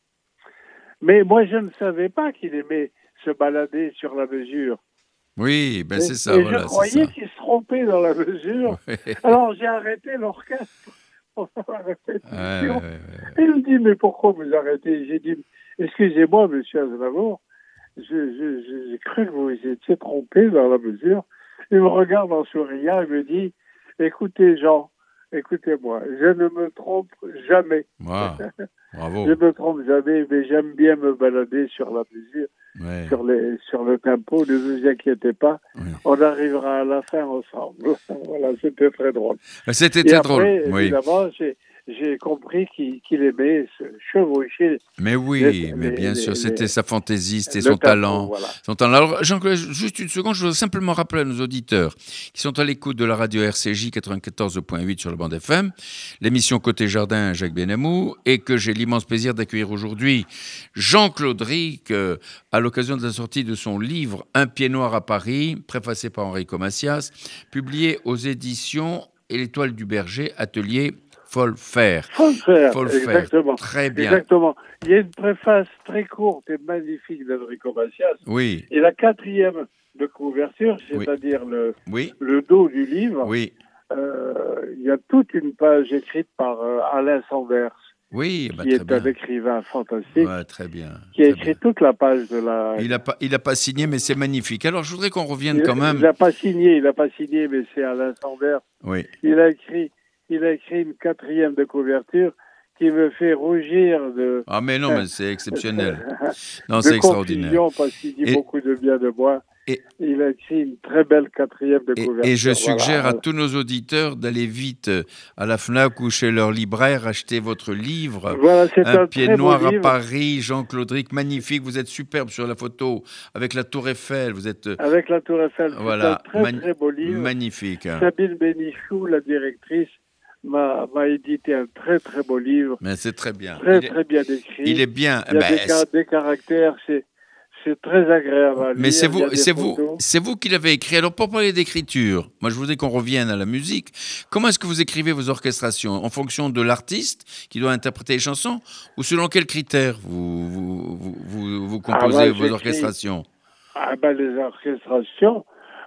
Mais moi, je ne savais pas qu'il aimait se balader sur la mesure. Oui, ben et, c'est ça, et voilà. Je croyais qu'il se trompait dans la mesure. Ouais. Alors, j'ai arrêté l'orchestre pour faire la répétition. Ouais, ouais, ouais. Et il me dit, mais pourquoi vous arrêtez? J'ai dit, excusez-moi, monsieur Aznavour, je, je, j'ai cru que vous étiez trompé dans la mesure. Il me regarde en souriant et me dit, écoutez Jean, écoutez-moi, je ne me trompe jamais. Wow. Bravo. Je ne me trompe jamais, mais j'aime bien me balader sur la mesure, ouais. sur, les, sur le tempo, ne vous inquiétez pas, ouais. On arrivera à la fin ensemble. Voilà, c'était très drôle. C'était et très après, drôle, oui. Évidemment, j'ai, j'ai compris qu'il, qu'il aimait se chevaucher. Mais oui, les, mais bien les, sûr, les, c'était les, sa fantaisie, c'était son tempo, talent. Voilà. Son talent. Alors, Jean-Claude, juste une seconde, je voudrais simplement rappeler à nos auditeurs qui sont à l'écoute de la radio R C J quatre-vingt-quatorze point huit sur le bande F M, l'émission Côté Jardin, Jacques Benamou, et que j'ai l'immense plaisir d'accueillir aujourd'hui Jean-Claude Ric, euh, à l'occasion de la sortie de son livre Un pied noir à Paris, préfacé par Enrico Macias, publié aux éditions Et l'Étoile du Berger, atelier Folfer. Folfer, exactement. Très bien. Exactement. Il y a une préface très courte et magnifique d'Enrico Macias. Oui. Et la quatrième de couverture, c'est-à-dire oui. le, oui. le dos du livre, oui. euh, il y a toute une page écrite par euh, Alain Sanders. Oui, bah, qui très est bien. un écrivain fantastique. Ouais, très bien. Qui a très écrit bien. toute la page de la... Il n'a pas, il a pas signé, mais c'est magnifique. Alors, je voudrais qu'on revienne il, quand même... Il n'a pas signé, il n'a pas signé, mais c'est Alain Sanders. Oui. Il a écrit... Il a écrit une quatrième de couverture qui me fait rougir de... Ah mais non, mais c'est exceptionnel. Non, de c'est extraordinaire. Parce qu'il dit et, beaucoup de bien de moi. Et, il a écrit une très belle quatrième de et, couverture. Et je suggère voilà. à tous nos auditeurs d'aller vite à la FNAC ou chez leur libraire acheter votre livre. Voilà, c'est un, un pied noir à livre. Paris, Jean-Claude Ric, magnifique. Vous êtes superbe sur la photo avec la Tour Eiffel. Vous êtes avec la Tour Eiffel. Voilà, c'est un très, très beau livre. Magnifique. Sabine Bénichou, la directrice, M'a, m'a édité un très très beau livre. Mais c'est très bien. Très il très est, bien écrit. Il est bien. Il y a ben, des, car- des caractères, c'est, c'est très agréable à lire. Mais c'est vous, c'est photos. vous, c'est vous qui l'avez écrit. Alors pour parler d'écriture, moi je voudrais qu'on revienne à la musique. Comment est-ce que vous écrivez vos orchestrations? En fonction de l'artiste qui doit interpréter les chansons, ou selon quels critères vous vous vous, vous, vous composez ah bah, vos orchestrations? Ah ben les orchestrations.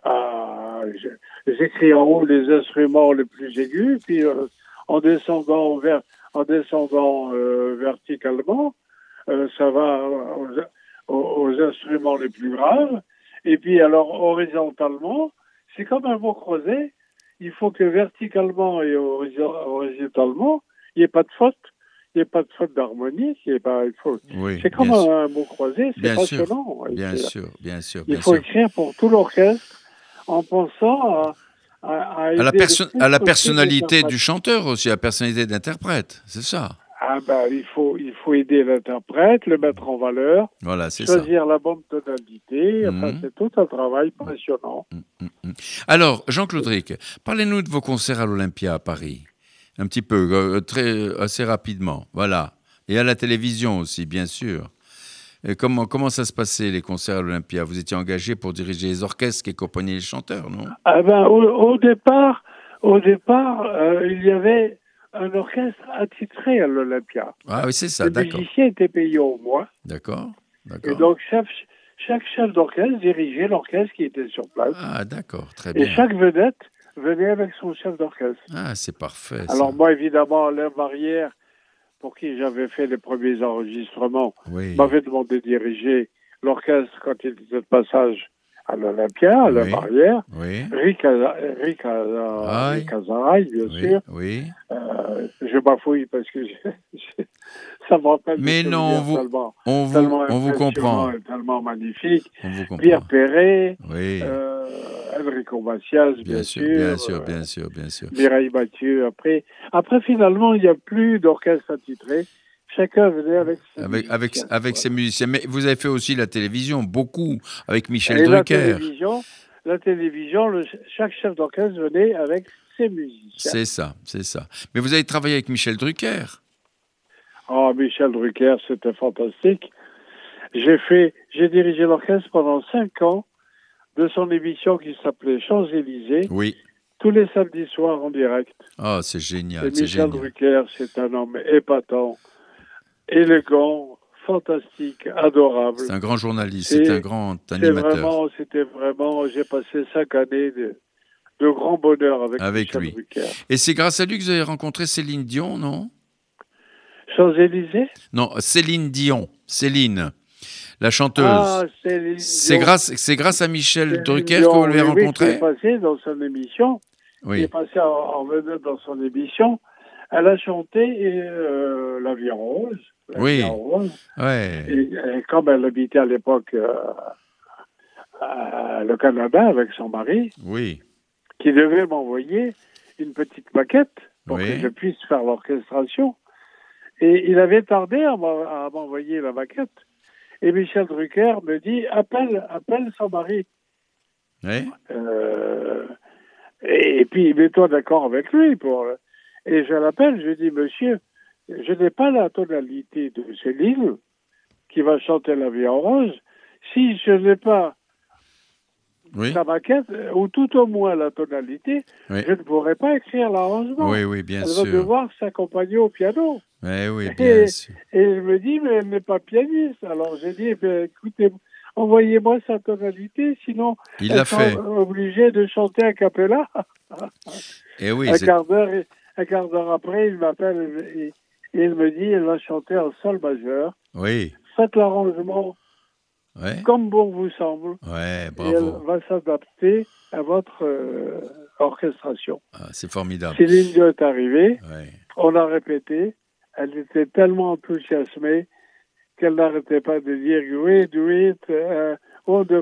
Ah, je, j'écris en haut les instruments les plus aigus, puis euh, en descendant vers, en descendant euh, verticalement, euh, ça va aux, aux, aux instruments les plus graves. Et puis alors horizontalement, c'est comme un mot croisé. Il faut que verticalement et horizontalement, il n'y ait pas de faute. Il n'y a pas de faute d'harmonie, il pas, il faut, oui, c'est comme un, un mot croisé, c'est bien passionnant. Sûr, bien c'est, sûr, bien sûr. Il bien faut sûr. écrire pour tout l'orchestre en pensant à, à, à, à la, perso- à la personnalité du chanteur aussi, à la personnalité d'interprète, c'est ça. Ah ben, il faut, il faut aider l'interprète, le mettre en valeur, voilà, c'est choisir ça. la bonne tonalité, mmh. enfin, c'est tout un travail passionnant. Mmh, mmh. Alors, Jean-Claude Ric, parlez-nous de vos concerts à l'Olympia à Paris. Un petit peu, euh, très, assez rapidement, voilà. Et à la télévision aussi, bien sûr. Et comment, comment ça se passait, les concerts à l'Olympia? Vous étiez engagé pour diriger les orchestres qui accompagnaient les chanteurs, non? Ah ben, au, au départ, au départ euh, il y avait un orchestre attitré à l'Olympia. Ah oui, c'est ça, Les d'accord. musiciens étaient payés au mois. D'accord, Et d'accord. donc, chaque, chaque chef d'orchestre dirigeait l'orchestre qui était sur place. Ah, d'accord, très Et bien. chaque vedette venait avec son chef d'orchestre. Ah, c'est parfait, ça. Alors moi, évidemment, Alain Barrière, pour qui j'avais fait les premiers enregistrements, Oui, m'avait demandé de diriger l'orchestre quand il était de passage à l'Olympia, à la Oui. Barrière. oui, Rick, Aza- Rick, Aza- Aïe. Rick Azaray, bien oui, sûr. oui. Euh, je bafouille parce que je- je- ça me rappelle Mais des non, on souvenirs vous, tellement, on vous, tellement on vous impressionnants comprend. et tellement magnifiques. On vous comprend. Pierre Perret, Oui, euh, Enrico Macias, bien, bien sûr, sûr, bien sûr, euh, bien sûr, bien sûr. Mireille Mathieu. Après, après finalement, il n'y a plus d'orchestre attitré. Chacun venait avec ses Avec, avec, musiciens. avec Voilà. ces musiciens. Mais vous avez fait aussi la télévision, beaucoup, avec Michel Et la Drucker. télévision, la télévision, le- chaque chef d'orchestre venait avec ses musiciens. C'est ça, c'est ça. Mais vous avez travaillé avec Michel Drucker. Oh, Michel Drucker, c'était fantastique. J'ai fait, j'ai dirigé l'orchestre pendant cinq ans de son émission qui s'appelait Champs-Élysées, Oui. tous les samedis soirs en direct. Oh, c'est Et génial, c'est Michel génial. Drucker, c'est un homme épatant, élégant, fantastique, adorable. C'est un grand journaliste, c'est un C'est, grand c'est animateur. vraiment, c'était vraiment, j'ai passé cinq années de, de grand bonheur avec, Avec Michel lui. Drucker. Et c'est grâce à lui que vous avez rencontré Céline Dion, non? Champs-Élysées? Non, Céline Dion. Céline, la chanteuse. Ah, Céline C'est Dion. grâce, c'est grâce à Michel Céline Drucker Dion, que vous l'avez oui, oui, qui rencontré? est passé dans son émission. Qui est Oui, passé en, en vedette dans son émission. Elle a chanté euh, L'Avion Rose. Oui. L'Avion Rose. ouais. Et, et comme elle habitait à l'époque euh, à- le Canada avec son mari, Oui, qui devait m'envoyer une petite maquette pour Oui. que je puisse faire l'orchestration. Et il avait tardé à m'en- à m'envoyer la maquette. Et Michel Drucker me dit, appelle, appelle son mari. oui, Euh, et, et puis, mets-toi d'accord avec lui. Pour... Et je l'appelle, je dis, monsieur, je n'ai pas la tonalité de Céline qui va chanter La vie en rose. Si je n'ai pas oui, sa maquette, ou tout au moins la tonalité, Oui. je ne pourrai pas écrire l'arrangement. oui, oui, bien Elle sûr. va devoir s'accompagner au piano. Oui, oui, Et, bien sûr. et je me dis, mais elle n'est pas pianiste. Alors j'ai dit, eh bien, écoutez, envoyez-moi sa tonalité, sinon Il elle l'a sera fait. obligée de chanter a cappella. Et oui, un, c'est- quart d'heure, un quart d'heure après, il m'appelle et, et il me dit, elle va chanter en sol majeur. oui, Faites l'arrangement ouais, comme bon vous semble. ouais, Et elle bravo. va s'adapter à votre euh, orchestration. Ah, c'est formidable. Céline Dion est arrivée, Ouais. on a répété, elle était tellement enthousiasmée qu'elle n'arrêtait pas de dire « do it, do it, uh, wonderful ».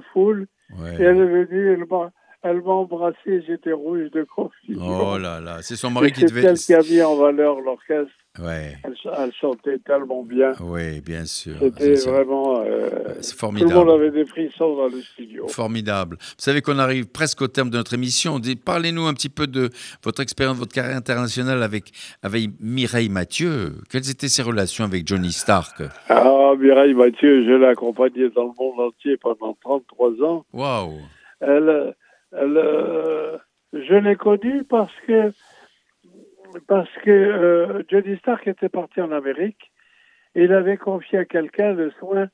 Ouais. Et elle est venue, elle m'a, elle m'a embrassé, j'étais rouge de confusion. Oh là là, c'est son Et mari qui c'est devait. elle qui a mis en valeur l'orchestre. Ouais, Elle, elle chantait tellement bien. oui, bien sûr. C'était bien sûr. vraiment... euh, C'est tout le monde formidable. avait des frissons dans le studio. Formidable. Vous savez qu'on arrive presque au terme de notre émission. Dis- Parlez-nous un petit peu de votre expérience, votre carrière internationale avec, avec Mireille Mathieu. Quelles étaient ses relations avec Johnny Stark? Ah, Mireille Mathieu, je l'ai accompagnée dans le monde entier pendant trente-trois ans. Waouh! Elle, elle, euh, je l'ai connue parce que parce que euh, Johnny Stark était parti en Amérique et il avait confié à quelqu'un le soin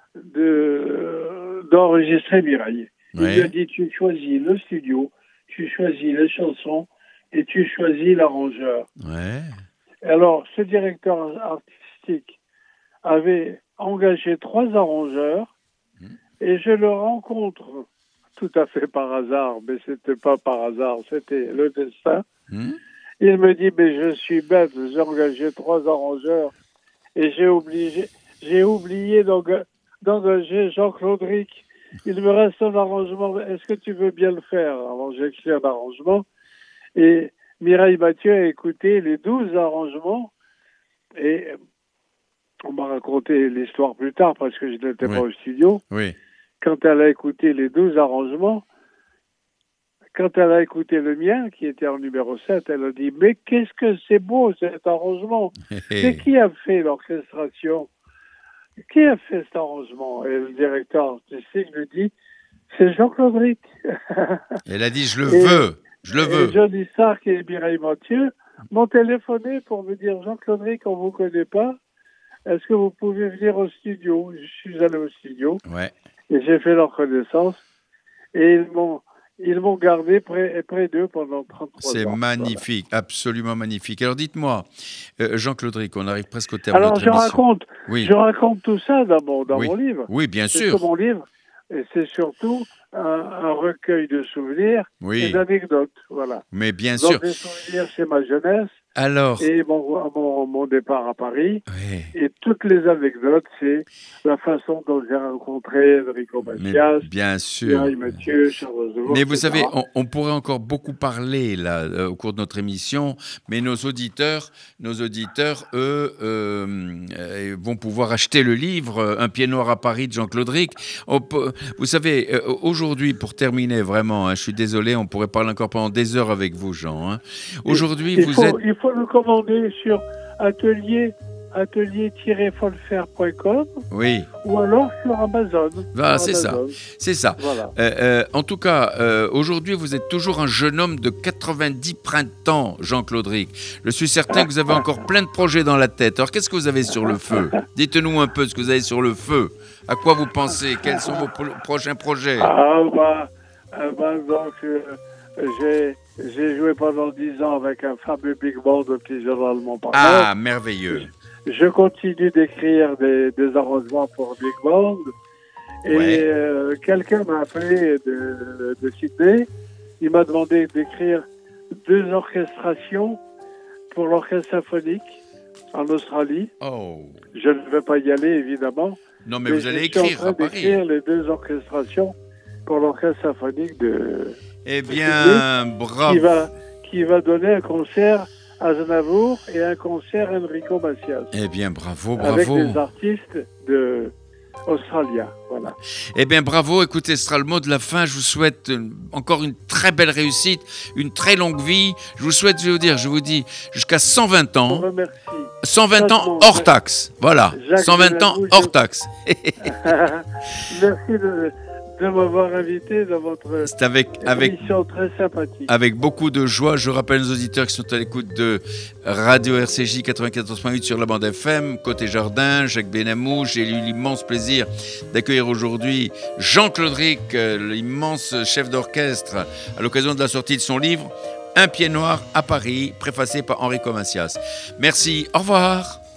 de d'enregistrer Mireille. Il Ouais. lui a dit, tu choisis le studio, tu choisis les chansons et tu choisis l'arrangeur. Ouais. Alors, ce directeur artistique avait engagé trois arrangeurs et je le rencontre tout à fait par hasard, mais c'était pas par hasard, c'était le destin. Hmm? Il me dit, mais je suis bête, j'ai engagé trois arrangeurs et j'ai oublié, j'ai oublié d'enga- d'engager Jean-Claude Rick. Il me reste un arrangement, est-ce que tu veux bien le faire? Alors j'ai écrit un arrangement et Mireille Mathieu a écouté les douze arrangements et on m'a raconté l'histoire plus tard parce que je n'étais Oui. pas au studio. Oui. Quand elle a écouté les douze arrangements, quand elle a écouté le mien, qui était en numéro sept, elle a dit « Mais qu'est-ce que c'est beau cet arrangement ! C'est qui a fait l'orchestration ?» qui a fait cet arrangement? Et le directeur artistique lui dit, c'est Jean-Claude Ric. Elle a dit, je le Et- veux, je le Et veux. Johnny Stark et Mireille Mathieu m'ont téléphoné pour me dire, Jean-Claude Ric, on ne vous connaît pas. Est-ce que vous pouvez venir au studio? Je suis allé au studio Ouais. et j'ai fait leur connaissance. Et ils m'ont, ils m'ont gardé près, près d'eux pendant trente-trois C'est ans. magnifique, absolument magnifique. Alors dites-moi, euh, Jean-Claude Ric, on arrive presque au terme Voilà. Alors de je notre émission. raconte, Oui, je raconte tout ça dans mon, dans Oui. mon livre. oui, bien C'est sûr. que mon livre, et c'est surtout un, un recueil de souvenirs et Oui, d'anecdotes. Voilà. mais bien Donc sûr. les souvenirs, c'est ma jeunesse Alors, et mon, mon, mon départ à Paris. oui, Et toutes les anecdotes, c'est la façon dont j'ai rencontré Enrico mais Macias, bien sûr. Mireille Mathieu, Charles Aznavour, Mais vous et cetera. savez, on, on pourrait encore beaucoup parler là euh, au cours de notre émission, mais nos auditeurs, nos auditeurs, eux, euh, euh, vont pouvoir acheter le livre euh, Un pied noir à Paris de Jean-Claude Ric. On peut- vous savez, euh, aujourd'hui, pour terminer vraiment, hein, je suis désolé, on pourrait parler encore pendant des heures avec vous, Jean. hein. Aujourd'hui, il vous faut, êtes, il faut le commander sur atelier atelier-folfer point com oui, ou alors sur Amazon. Ah, Sur c'est ça. Amazon. c'est ça. Voilà. Euh, euh, en tout cas, euh, aujourd'hui, vous êtes toujours un jeune homme de quatre-vingt-dix printemps, Jean-Claude Ric. Je suis certain que vous avez encore plein de projets dans la tête. Alors, qu'est-ce que vous avez sur le feu? Dites-nous un peu ce que vous avez sur le feu. À quoi vous pensez? Quels sont vos pro- prochains projets? Ah, bah, euh, bah, donc, euh, j'ai, j'ai joué pendant dix ans avec un fameux big band au Petit Journal Montparnasse. Ah, merveilleux. Je continue d'écrire des, des arrangements pour Big Band. Et Ouais. euh, quelqu'un m'a appelé de, de Sydney. Il m'a demandé d'écrire deux orchestrations pour l'orchestre symphonique en Australie. Oh. Je ne vais pas y aller, évidemment. Non, mais vous allez je suis en écrire train à Paris. d'écrire les deux orchestrations pour l'orchestre symphonique de, Eh bien, bravo. qui, va, qui va donner un concert à Aznavour et un concert Enrico Macias. Eh bien, bravo, Avec bravo. des artistes de australiens. Voilà. Eh bien, bravo. Écoutez, ce sera le mot de la fin. Je vous souhaite euh, encore une très belle réussite, une très longue vie. Je vous souhaite, je vais vous dire, je vous dis, jusqu'à cent vingt Je vous ans. remercie. cent vingt ans Franchement, hors Jacques- taxe. Voilà. Jacques cent vingt ans Delavouche, hors je- taxe. Merci de, de m'avoir invité dans votre C'est avec, avec, émission très sympathique. avec beaucoup de joie. Je rappelle aux auditeurs qui sont à l'écoute de Radio R C J quatre-vingt-quatorze point huit sur la bande F M, Côté Jardin, Jacques Benamou. J'ai eu l'immense plaisir d'accueillir aujourd'hui Jean-Claude Ric, euh, l'immense chef d'orchestre, à l'occasion de la sortie de son livre Un pied noir à Paris, préfacé par Enrico Macias. Merci, au revoir.